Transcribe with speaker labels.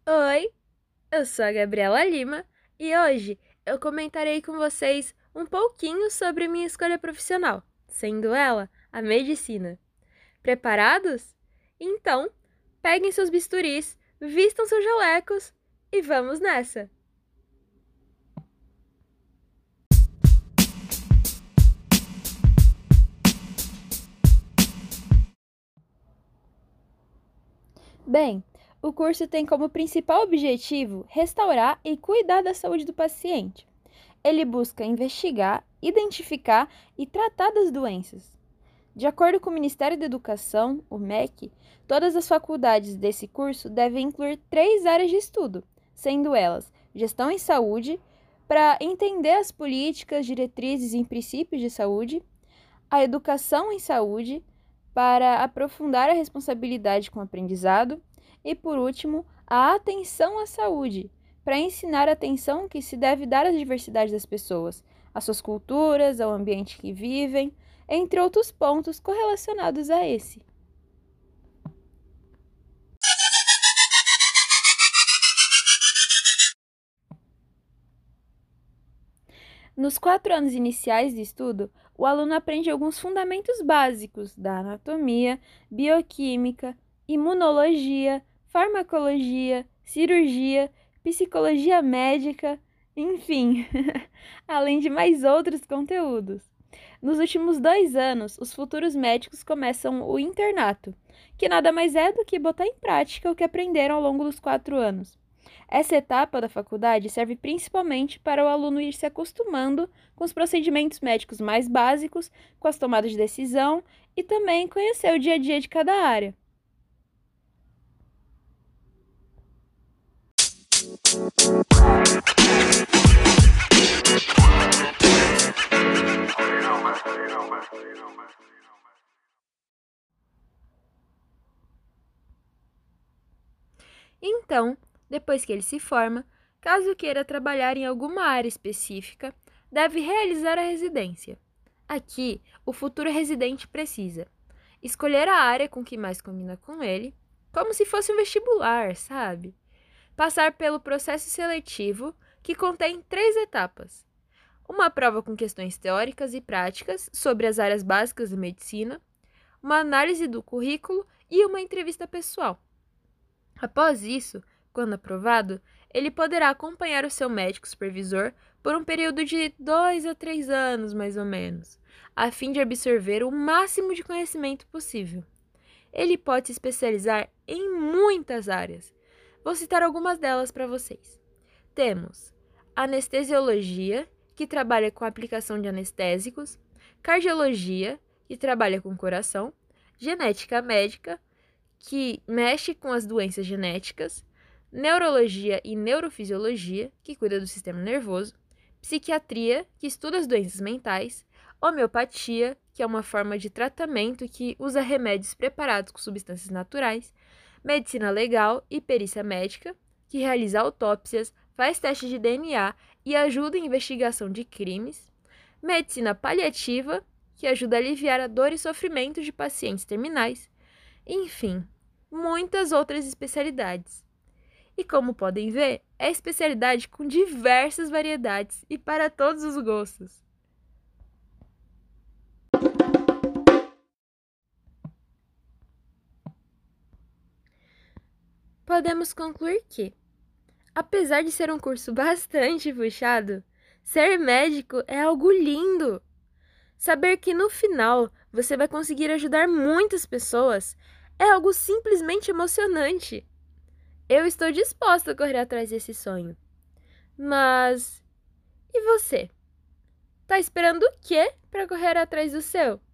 Speaker 1: Oi, eu sou a Gabriela Lima e hoje eu comentarei com vocês um pouquinho sobre minha escolha profissional, sendo ela a medicina. Preparados? Então, peguem seus bisturis, vistam seus jalecos e vamos nessa! Bem, o curso tem como principal objetivo restaurar e cuidar da saúde do paciente. Ele busca investigar, identificar e tratar das doenças. De acordo com o Ministério da Educação, o MEC, todas as faculdades desse curso devem incluir 3 áreas de estudo, sendo elas gestão em saúde, para entender as políticas, diretrizes e princípios de saúde, a educação em saúde, para aprofundar a responsabilidade com o aprendizado, e, por último, a atenção à saúde, para ensinar a atenção que se deve dar às diversidades das pessoas, às suas culturas, ao ambiente que vivem, entre outros pontos correlacionados a esse. Nos 4 anos iniciais de estudo, o aluno aprende alguns fundamentos básicos da anatomia, bioquímica, imunologia, farmacologia, cirurgia, psicologia médica, enfim, além de mais outros conteúdos. Nos últimos 2 anos, os futuros médicos começam o internato, que nada mais é do que botar em prática o que aprenderam ao longo dos 4 anos. Essa etapa da faculdade serve principalmente para o aluno ir se acostumando com os procedimentos médicos mais básicos, com as tomadas de decisão e também conhecer o dia a dia de cada área. Então, depois que ele se forma, caso queira trabalhar em alguma área específica, deve realizar a residência. Aqui, o futuro residente precisa escolher a área com que mais combina com ele, como se fosse um vestibular, sabe? Passar pelo processo seletivo, que contém 3 etapas. Uma prova com questões teóricas e práticas sobre as áreas básicas da medicina, uma análise do currículo e uma entrevista pessoal. Após isso, quando aprovado, ele poderá acompanhar o seu médico supervisor por um período de 2 a 3 anos, mais ou menos, a fim de absorver o máximo de conhecimento possível. Ele pode se especializar em muitas áreas. Vou citar algumas delas para vocês. Temos anestesiologia, que trabalha com a aplicação de anestésicos, cardiologia, que trabalha com o coração, genética médica, que mexe com as doenças genéticas, neurologia e neurofisiologia, que cuida do sistema nervoso, psiquiatria, que estuda as doenças mentais, homeopatia, que é uma forma de tratamento que usa remédios preparados com substâncias naturais, medicina legal e perícia médica, que realiza autópsias, faz testes de DNA e ajuda em investigação de crimes, medicina paliativa, que ajuda a aliviar a dor e sofrimento de pacientes terminais, enfim, muitas outras especialidades. E como podem ver, é especialidade com diversas variedades e para todos os gostos. Podemos concluir que, apesar de ser um curso bastante puxado, ser médico é algo lindo. Saber que no final você vai conseguir ajudar muitas pessoas é algo simplesmente emocionante. Eu estou disposta a correr atrás desse sonho. Mas e você? Tá esperando o quê para correr atrás do seu?